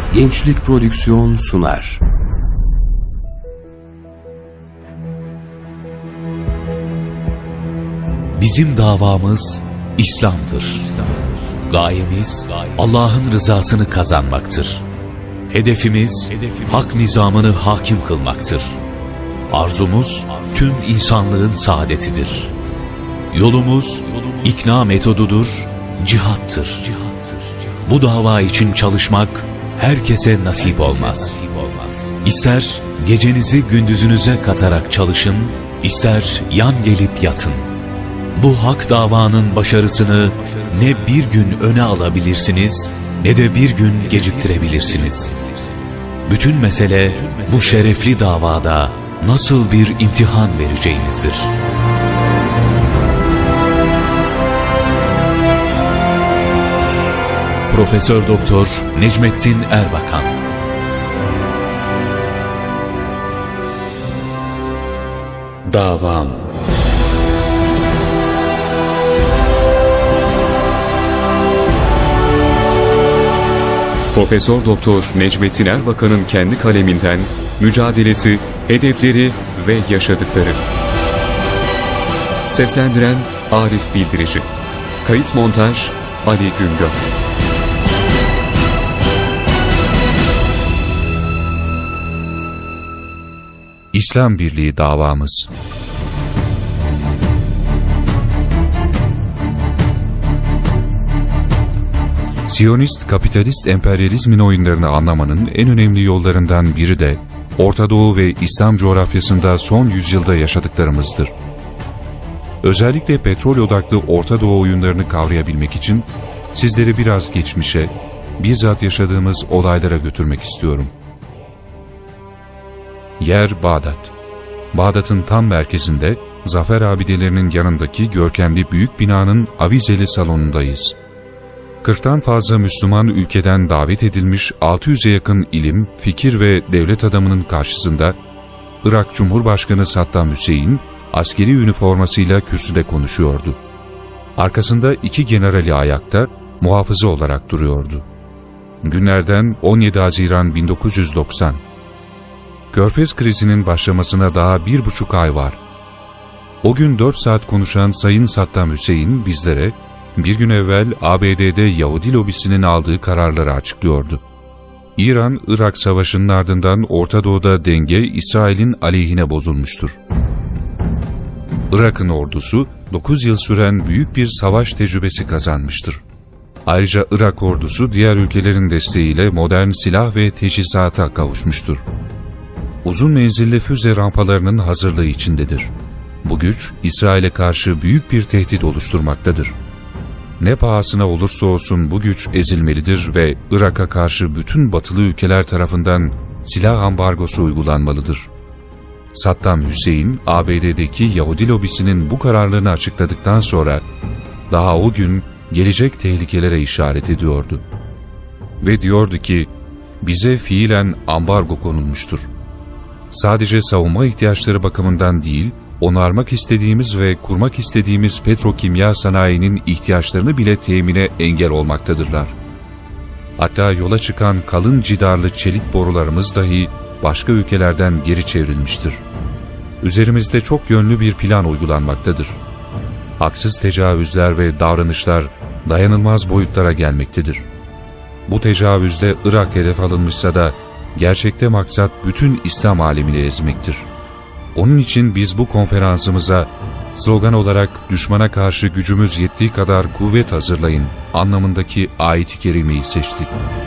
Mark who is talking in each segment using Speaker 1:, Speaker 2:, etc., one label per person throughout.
Speaker 1: Gençlik Prodüksiyon sunar.
Speaker 2: Bizim davamız İslam'dır. Gayemiz Allah'ın rızasını kazanmaktır. Hedefimiz hak nizamını hakim kılmaktır. Arzumuz tüm insanlığın saadetidir. Yolumuz ikna metodudur, cihattır. Bu dava için çalışmak herkese nasip olmaz. İster gecenizi gündüzünüze katarak çalışın, ister yan gelip yatın. Bu hak davanın başarısını ne bir gün öne alabilirsiniz, ne de bir gün geciktirebilirsiniz. Bütün mesele bu şerefli davada nasıl bir imtihan vereceğinizdir. Profesör Doktor Necmettin Erbakan.
Speaker 1: Davam.
Speaker 3: Profesör Doktor Necmettin Erbakan'ın kendi kaleminden mücadelesi, hedefleri ve yaşadıkları. Seslendiren Arif Bildirici. Kayıt montaj Ali Güngör.
Speaker 4: İslam Birliği davamız. Siyonist kapitalist emperyalizmin oyunlarını anlamanın en önemli yollarından biri de Orta Doğu ve İslam coğrafyasında son yüzyılda yaşadıklarımızdır. Özellikle petrol odaklı Orta Doğu oyunlarını kavrayabilmek için sizleri biraz geçmişe, bizzat yaşadığımız olaylara götürmek istiyorum. Yer Bağdat. Bağdat'ın tam merkezinde Zafer abidelerinin yanındaki görkemli büyük binanın avizeli salonundayız. 40'tan fazla Müslüman ülkeden davet edilmiş 600'e yakın ilim, fikir ve devlet adamının karşısında Irak Cumhurbaşkanı Saddam Hüseyin askeri üniformasıyla kürsüde konuşuyordu. Arkasında 2 generali ayakta muhafızı olarak duruyordu. Günlerden 17 Haziran 1990. Körfez krizinin başlamasına daha 1,5 ay var. O gün 4 saat konuşan Sayın Saddam Hüseyin bizlere bir gün evvel ABD'de Yahudi lobisinin aldığı kararları açıklıyordu. İran-Irak savaşının ardından Orta Doğu'da denge İsrail'in aleyhine bozulmuştur. Irak'ın ordusu 9 yıl süren büyük bir savaş tecrübesi kazanmıştır. Ayrıca Irak ordusu diğer ülkelerin desteğiyle modern silah ve teçhizata kavuşmuştur. Uzun menzilli füze rampalarının hazırlığı içindedir. Bu güç İsrail'e karşı büyük bir tehdit oluşturmaktadır. Ne pahasına olursa olsun bu güç ezilmelidir ve Irak'a karşı bütün batılı ülkeler tarafından silah ambargosu uygulanmalıdır. Saddam Hüseyin, ABD'deki Yahudi lobisinin bu kararlarını açıkladıktan sonra daha o gün gelecek tehlikelere işaret ediyordu. Ve diyordu ki, bize fiilen ambargo konulmuştur. Sadece savunma ihtiyaçları bakımından değil, onarmak istediğimiz ve kurmak istediğimiz petrokimya sanayinin ihtiyaçlarını bile temine engel olmaktadırlar. Hatta yola çıkan kalın cidarlı çelik borularımız dahi başka ülkelerden geri çevrilmiştir. Üzerimizde çok yönlü bir plan uygulanmaktadır. Haksız tecavüzler ve davranışlar dayanılmaz boyutlara gelmektedir. Bu tecavüzde Irak hedef alınmışsa da gerçekte maksat bütün İslam alemini ezmektir. Onun için biz bu konferansımıza slogan olarak düşmana karşı gücümüz yettiği kadar kuvvet hazırlayın anlamındaki ayet-i kerimeyi seçtik.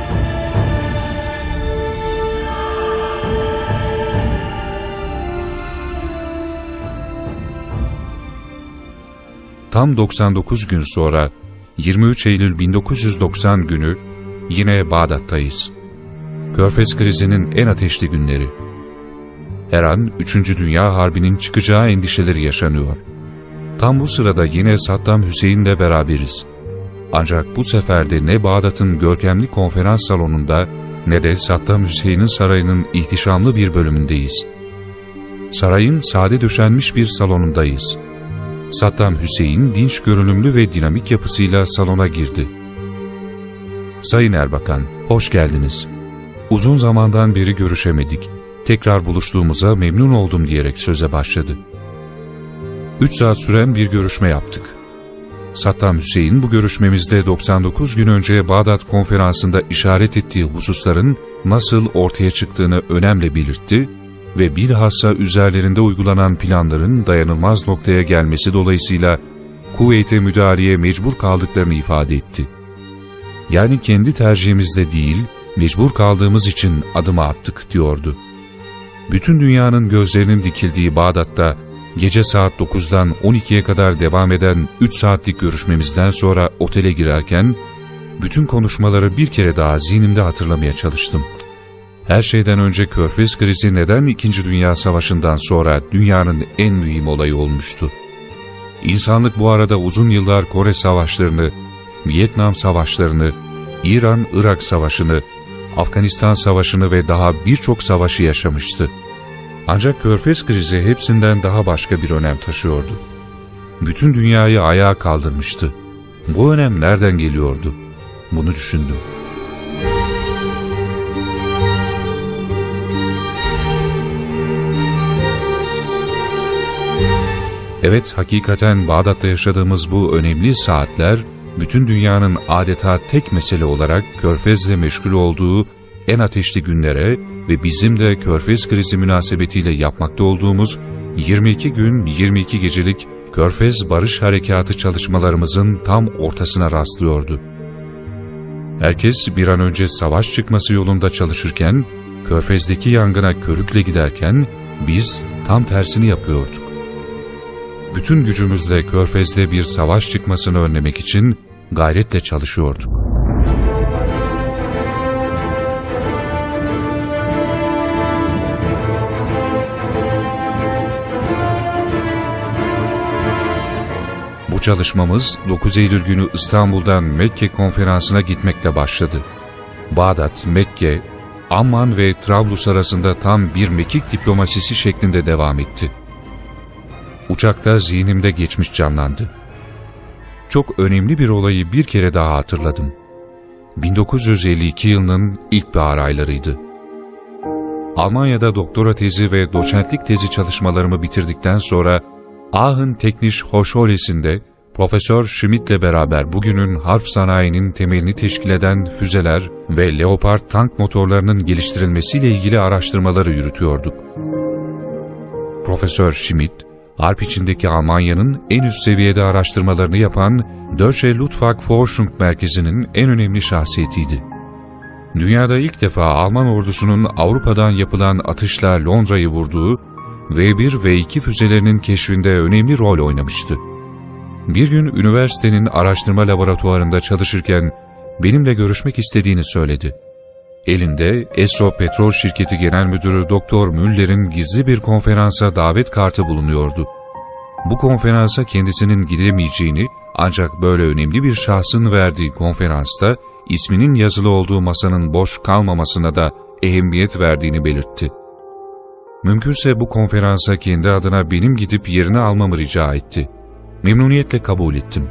Speaker 4: Tam 99 gün sonra 23 Eylül 1990 günü yine Bağdat'tayız. Körfez krizinin en ateşli günleri. Her an 3. Dünya Harbi'nin çıkacağı endişeleri yaşanıyor. Tam bu sırada yine Saddam Hüseyin'le beraberiz. Ancak bu sefer de ne Bağdat'ın görkemli konferans salonunda ne de Saddam Hüseyin'in sarayının ihtişamlı bir bölümündeyiz. Sarayın sade döşenmiş bir salonundayız. Saddam Hüseyin dinç görünümlü ve dinamik yapısıyla salona girdi. "Sayın Erbakan, hoş geldiniz. Uzun zamandan beri görüşemedik. Tekrar buluştuğumuza memnun oldum diyerek söze başladı. 3 saat süren bir görüşme yaptık. Saddam Hüseyin bu görüşmemizde 99 gün önce Bağdat Konferansı'nda işaret ettiği hususların nasıl ortaya çıktığını önemli belirtti ve bilhassa üzerlerinde uygulanan planların dayanılmaz noktaya gelmesi dolayısıyla Kuveyt'e müdahaleye mecbur kaldıklarını ifade etti. Yani kendi tercihimizde değil, mecbur kaldığımız için adımı attık diyordu. Bütün dünyanın gözlerinin dikildiği Bağdat'ta gece saat 9'dan 12'ye kadar devam eden 3 saatlik görüşmemizden sonra otele girerken bütün konuşmaları bir kere daha zihnimde hatırlamaya çalıştım. Her şeyden önce Körfez krizi neden 2. Dünya Savaşı'ndan sonra dünyanın en mühim olayı olmuştu? İnsanlık bu arada uzun yıllar Kore Savaşlarını, Vietnam Savaşlarını, İran-Irak Savaşı'nı, Afganistan Savaşı'nı ve daha birçok savaşı yaşamıştı. Ancak Körfez krizi hepsinden daha başka bir önem taşıyordu. Bütün dünyayı ayağa kaldırmıştı. Bu önem nereden geliyordu? Bunu düşündüm. Evet, hakikaten Bağdat'ta yaşadığımız bu önemli saatler, bütün dünyanın adeta tek mesele olarak Körfez'le meşgul olduğu en ateşli günlere ve bizim de Körfez krizi münasebetiyle yapmakta olduğumuz 22 gün 22 gecelik Körfez Barış Harekatı çalışmalarımızın tam ortasına rastlıyordu. Herkes bir an önce savaş çıkması yolunda çalışırken, Körfez'deki yangına körükle giderken biz tam tersini yapıyorduk. Bütün gücümüzle Körfez'de bir savaş çıkmasını önlemek için gayretle çalışıyorduk. Bu çalışmamız 9 Eylül günü İstanbul'dan Mekke konferansına gitmekle başladı. Bağdat, Mekke, Amman ve Trablus arasında tam bir mekik diplomasisi şeklinde devam etti. Uçakta zihnimde geçmiş canlandı. Çok önemli bir olayı bir kere daha hatırladım. 1952 yılının ilkbahar aylarıydı. Almanya'da doktora tezi ve doçentlik tezi çalışmalarımı bitirdikten sonra Aachen Technische Hochschulesi'nde Profesör Schmidt'le beraber bugünün harp sanayinin temelini teşkil eden füzeler ve Leopard tank motorlarının geliştirilmesiyle ilgili araştırmaları yürütüyorduk. Profesör Schmidt, harp içindeki Almanya'nın en üst seviyede araştırmalarını yapan Deutsche Luftwaffe Merkezi'nin en önemli şahsiyetiydi. Dünyada ilk defa Alman ordusunun Avrupa'dan yapılan atışla Londra'yı vurduğu V1 ve V2 füzelerinin keşfinde önemli rol oynamıştı. Bir gün üniversitenin araştırma laboratuvarında çalışırken benimle görüşmek istediğini söyledi. Elinde Esso Petrol Şirketi Genel Müdürü Doktor Müller'in gizli bir konferansa davet kartı bulunuyordu. Bu konferansa kendisinin gidemeyeceğini ancak böyle önemli bir şahsın verdiği konferansta isminin yazılı olduğu masanın boş kalmamasına da ehemmiyet verdiğini belirtti. Mümkünse bu konferansa kendi adına benim gidip yerini almamı rica etti. Memnuniyetle kabul ettim.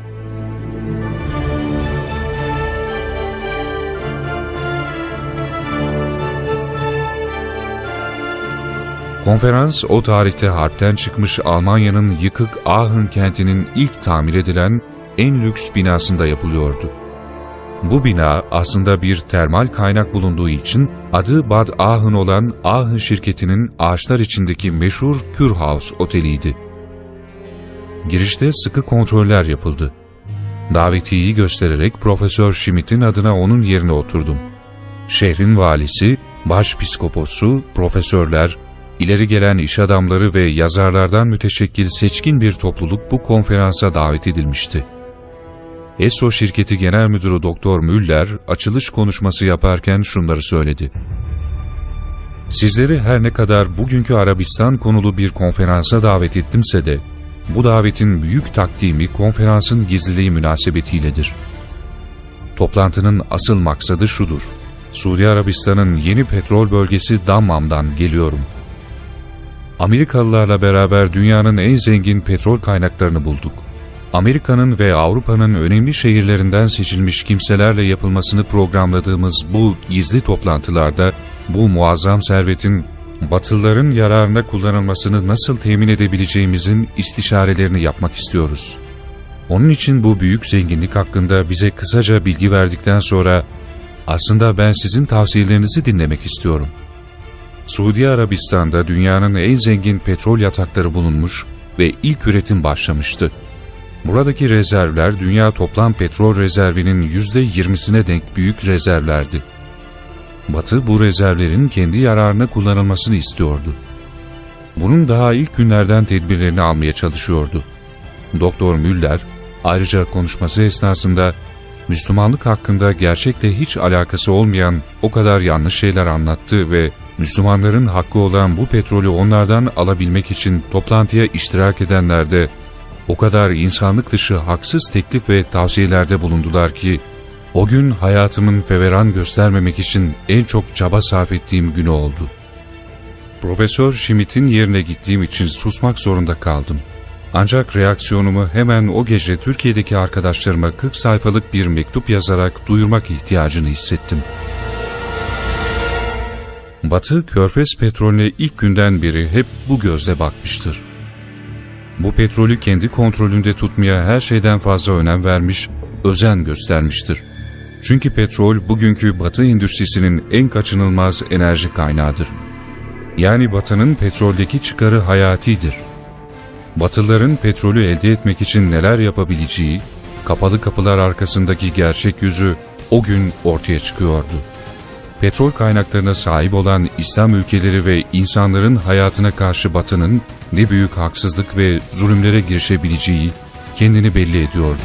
Speaker 4: Konferans o tarihte harpten çıkmış Almanya'nın yıkık Aachen kentinin ilk tamir edilen en lüks binasında yapılıyordu. Bu bina aslında bir termal kaynak bulunduğu için adı Bad Aachen olan Aachen şirketinin ağaçlar içindeki meşhur Kurhaus oteliydi. Girişte sıkı kontroller yapıldı. Davetiyeyi göstererek Profesör Schmidt'in adına onun yerine oturdum. Şehrin valisi, başpiskoposu, profesörler, ileri gelen iş adamları ve yazarlardan müteşekkil seçkin bir topluluk bu konferansa davet edilmişti. Esso şirketi genel müdürü Doktor Müller açılış konuşması yaparken şunları söyledi. Sizleri her ne kadar bugünkü Arabistan konulu bir konferansa davet ettimse de, bu davetin büyük takdimi konferansın gizliliği münasebetiyledir. Toplantının asıl maksadı şudur. Suudi Arabistan'ın yeni petrol bölgesi Dammam'dan geliyorum. Amerikalılarla beraber dünyanın en zengin petrol kaynaklarını bulduk. Amerika'nın ve Avrupa'nın önemli şehirlerinden seçilmiş kimselerle yapılmasını programladığımız bu gizli toplantılarda bu muazzam servetin Batılıların yararına kullanılmasını nasıl temin edebileceğimizin istişarelerini yapmak istiyoruz. Onun için bu büyük zenginlik hakkında bize kısaca bilgi verdikten sonra aslında ben sizin tavsiyelerinizi dinlemek istiyorum. Suudi Arabistan'da dünyanın en zengin petrol yatakları bulunmuş ve ilk üretim başlamıştı. Buradaki rezervler dünya toplam petrol rezervinin %20'sine denk büyük rezervlerdi. Batı bu rezervlerin kendi yararına kullanılmasını istiyordu. Bunun daha ilk günlerden tedbirlerini almaya çalışıyordu. Doktor Müller ayrıca konuşması esnasında Müslümanlık hakkında gerçekle hiç alakası olmayan o kadar yanlış şeyler anlattı ve Müslümanların hakkı olan bu petrolü onlardan alabilmek için toplantıya iştirak edenler de o kadar insanlık dışı haksız teklif ve tavsiyelerde bulundular ki o gün hayatımın feveran göstermemek için en çok çaba sarf ettiğim günü oldu. Profesör Schmidt'in yerine gittiğim için susmak zorunda kaldım. Ancak reaksiyonumu hemen o gece Türkiye'deki arkadaşlarıma 40 sayfalık bir mektup yazarak duyurmak ihtiyacını hissettim. Batı, Körfez petrolüne ilk günden beri hep bu gözle bakmıştır. Bu petrolü kendi kontrolünde tutmaya her şeyden fazla önem vermiş, özen göstermiştir. Çünkü petrol bugünkü Batı endüstrisinin en kaçınılmaz enerji kaynağıdır. Yani Batı'nın petroldeki çıkarı hayatidir. Batılıların petrolü elde etmek için neler yapabileceği, kapalı kapılar arkasındaki gerçek yüzü o gün ortaya çıkıyordu. Petrol kaynaklarına sahip olan İslam ülkeleri ve insanların hayatına karşı Batı'nın ne büyük haksızlık ve zulümlere girişebileceği kendini belli ediyordu.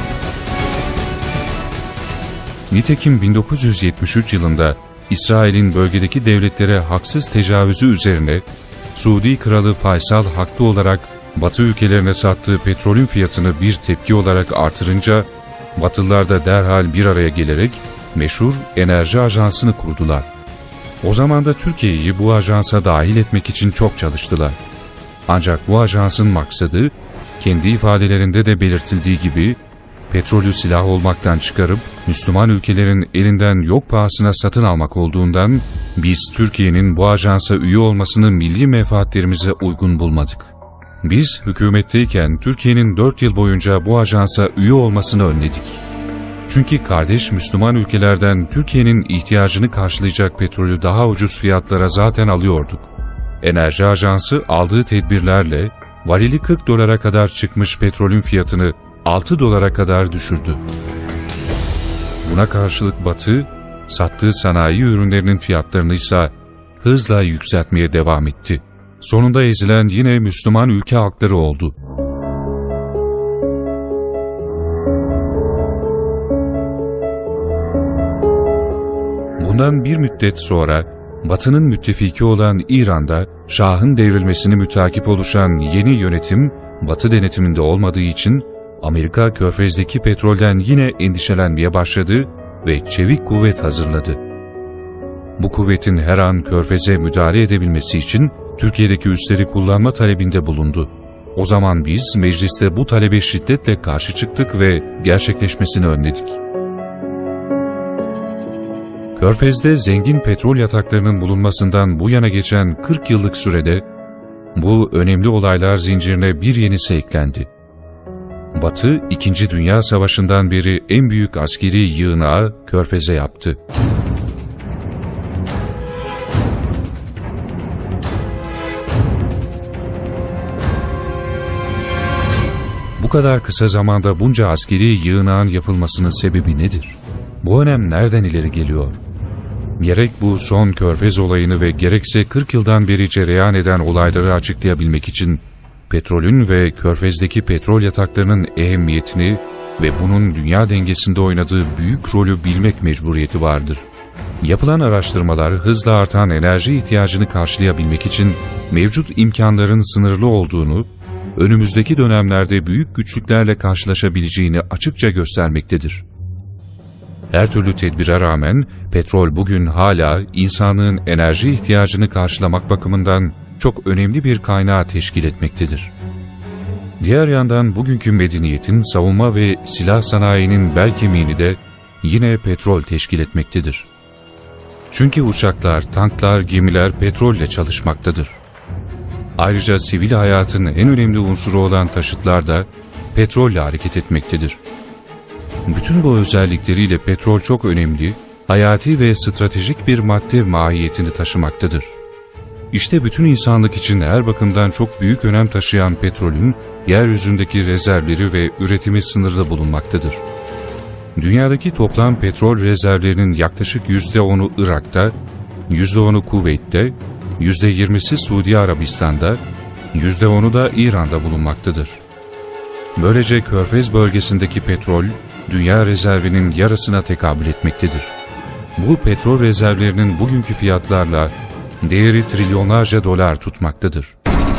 Speaker 4: Nitekim 1973 yılında İsrail'in bölgedeki devletlere haksız tecavüzü üzerine Suudi Kralı Faysal haklı olarak Batı ülkelerine sattığı petrolün fiyatını bir tepki olarak artırınca Batılılar da derhal bir araya gelerek meşhur Enerji Ajansı'nı kurdular. O zaman da Türkiye'yi bu ajansa dahil etmek için çok çalıştılar. Ancak bu ajansın maksadı, kendi ifadelerinde de belirtildiği gibi, petrolü silah olmaktan çıkarıp Müslüman ülkelerin elinden yok pahasına satın almak olduğundan, biz Türkiye'nin bu ajansa üye olmasını milli menfaatlerimize uygun bulmadık. Biz hükümetteyken Türkiye'nin 4 yıl boyunca bu ajansa üye olmasını önledik. Çünkü kardeş Müslüman ülkelerden Türkiye'nin ihtiyacını karşılayacak petrolü daha ucuz fiyatlara zaten alıyorduk. Enerji Ajansı aldığı tedbirlerle varili 40 dolara kadar çıkmış petrolün fiyatını 6 dolara kadar düşürdü. Buna karşılık Batı, sattığı sanayi ürünlerinin fiyatlarını ise hızla yükseltmeye devam etti. Sonunda ezilen yine Müslüman ülke halkları oldu. Bundan bir müddet sonra Batı'nın müttefiki olan İran'da Şah'ın devrilmesini mütakip oluşan yeni yönetim Batı denetiminde olmadığı için Amerika Körfez'deki petrolden yine endişelenmeye başladı ve çevik kuvvet hazırladı. Bu kuvvetin her an Körfez'e müdahale edebilmesi için Türkiye'deki üsleri kullanma talebinde bulundu. O zaman biz mecliste bu talebe şiddetle karşı çıktık ve gerçekleşmesini önledik. Körfez'de zengin petrol yataklarının bulunmasından bu yana geçen 40 yıllık sürede bu önemli olaylar zincirine bir yenisi eklendi. Batı, 2. Dünya Savaşı'ndan beri en büyük askeri yığınağı Körfez'e yaptı. Bu kadar kısa zamanda bunca askeri yığınağın yapılmasının sebebi nedir? Bu önem nereden ileri geliyor? Gerek bu son Körfez olayını ve gerekse 40 yıldan beri cereyan eden olayları açıklayabilmek için petrolün ve Körfez'deki petrol yataklarının ehemmiyetini ve bunun dünya dengesinde oynadığı büyük rolü bilmek mecburiyeti vardır. Yapılan araştırmalar hızla artan enerji ihtiyacını karşılayabilmek için mevcut imkanların sınırlı olduğunu, önümüzdeki dönemlerde büyük güçlüklerle karşılaşabileceğini açıkça göstermektedir. Her türlü tedbire rağmen petrol bugün hala insanlığın enerji ihtiyacını karşılamak bakımından çok önemli bir kaynağı teşkil etmektedir. Diğer yandan bugünkü medeniyetin savunma ve silah sanayinin bel kemiğini de yine petrol teşkil etmektedir. Çünkü uçaklar, tanklar, gemiler petrolle çalışmaktadır. Ayrıca sivil hayatın en önemli unsuru olan taşıtlar da petrolle hareket etmektedir. Bütün bu özellikleriyle petrol çok önemli, hayati ve stratejik bir madde mahiyetini taşımaktadır. İşte bütün insanlık için her bakımdan çok büyük önem taşıyan petrolün yeryüzündeki rezervleri ve üretimi sınırlı bulunmaktadır. Dünyadaki toplam petrol rezervlerinin yaklaşık %10'u Irak'ta, %10'u Kuveyt'te, %20'si Suudi Arabistan'da, %10'u da İran'da bulunmaktadır. Böylece Körfez bölgesindeki petrol, dünya rezervinin yarısına tekabül etmektedir. Bu petrol rezervlerinin bugünkü fiyatlarla değeri trilyonlarca dolar tutmaktadır.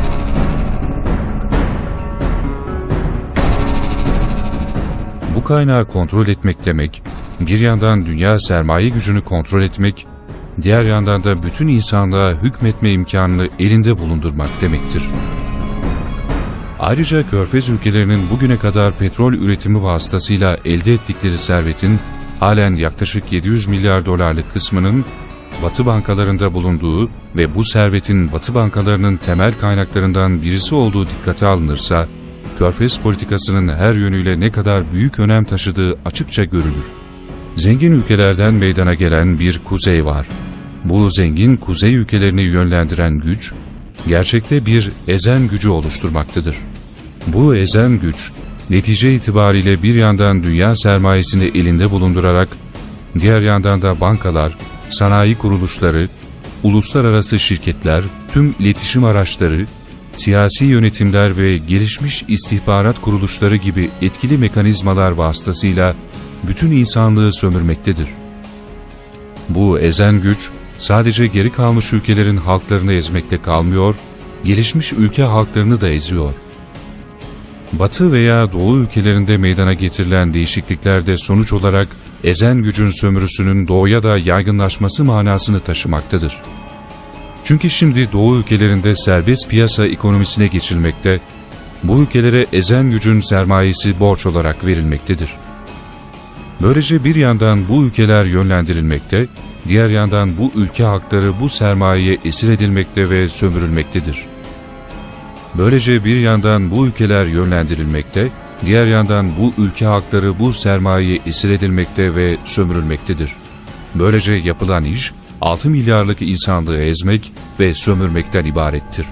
Speaker 4: Bu kaynağı kontrol etmek demek, bir yandan dünya sermaye gücünü kontrol etmek, diğer yandan da bütün insanlığa hükmetme imkanını elinde bulundurmak demektir. Ayrıca Körfez ülkelerinin bugüne kadar petrol üretimi vasıtasıyla elde ettikleri servetin halen yaklaşık 700 milyar dolarlık kısmının Batı bankalarında bulunduğu ve bu servetin Batı bankalarının temel kaynaklarından birisi olduğu dikkate alınırsa, Körfez politikasının her yönüyle ne kadar büyük önem taşıdığı açıkça görülür. Zengin ülkelerden meydana gelen bir kuzey var. Bu zengin kuzey ülkelerini yönlendiren güç, gerçekte bir ezen gücü oluşturmaktadır. Bu ezen güç, netice itibariyle bir yandan dünya sermayesini elinde bulundurarak, diğer yandan da bankalar, sanayi kuruluşları, uluslararası şirketler, tüm iletişim araçları, siyasi yönetimler ve gelişmiş istihbarat kuruluşları gibi etkili mekanizmalar vasıtasıyla bütün insanlığı sömürmektedir. Bu ezen güç, sadece geri kalmış ülkelerin halklarını ezmekle kalmıyor, gelişmiş ülke halklarını da eziyor. Batı veya Doğu ülkelerinde meydana getirilen değişiklikler de sonuç olarak ezen gücün sömürüsünün doğuya da yaygınlaşması manasını taşımaktadır. Çünkü şimdi Doğu ülkelerinde serbest piyasa ekonomisine geçilmekte, bu ülkelere ezen gücün sermayesi borç olarak verilmektedir. Böylece bir yandan bu ülkeler yönlendirilmekte, diğer yandan bu ülke halkları bu sermayeye esir edilmekte ve sömürülmektedir. Böylece bir yandan bu ülkeler yönlendirilmekte, diğer yandan bu ülke halkları bu sermayeye esir edilmekte ve sömürülmektedir. Böylece yapılan iş, 6 milyarlık insanlığı ezmek ve sömürmekten ibarettir.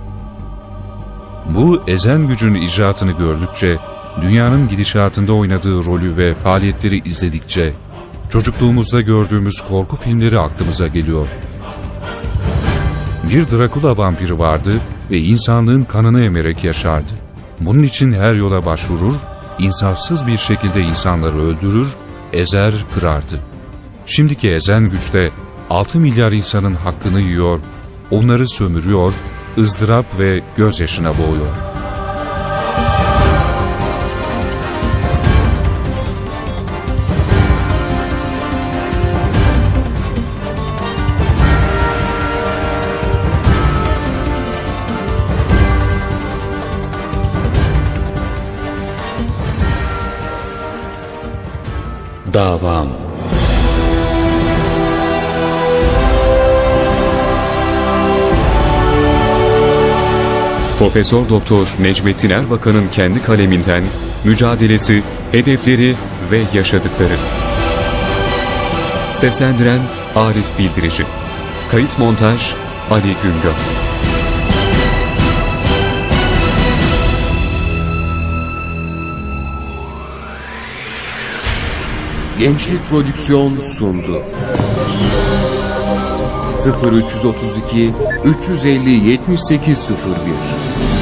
Speaker 4: Bu ezen gücün icraatını gördükçe, dünyanın gidişatında oynadığı rolü ve faaliyetleri izledikçe, çocukluğumuzda gördüğümüz korku filmleri aklımıza geliyor. Bir Drakula vampiri vardı ve insanlığın kanını emerek yaşardı. Bunun için her yola başvurur, insafsız bir şekilde insanları öldürür, ezer, kırardı. Şimdiki ezen güçte 6 milyar insanın hakkını yiyor, onları sömürüyor, ızdırap ve gözyaşına boğuyor.
Speaker 1: Davam.
Speaker 3: Profesör Doktor Necmettin Erbakan'ın kendi kaleminden mücadelesi, hedefleri ve yaşadıkları. Seslendiren Arif Bildirici. Kayıt montaj Ali Güngör.
Speaker 1: Gençlik Prodüksiyon sundu. 0332 350 7801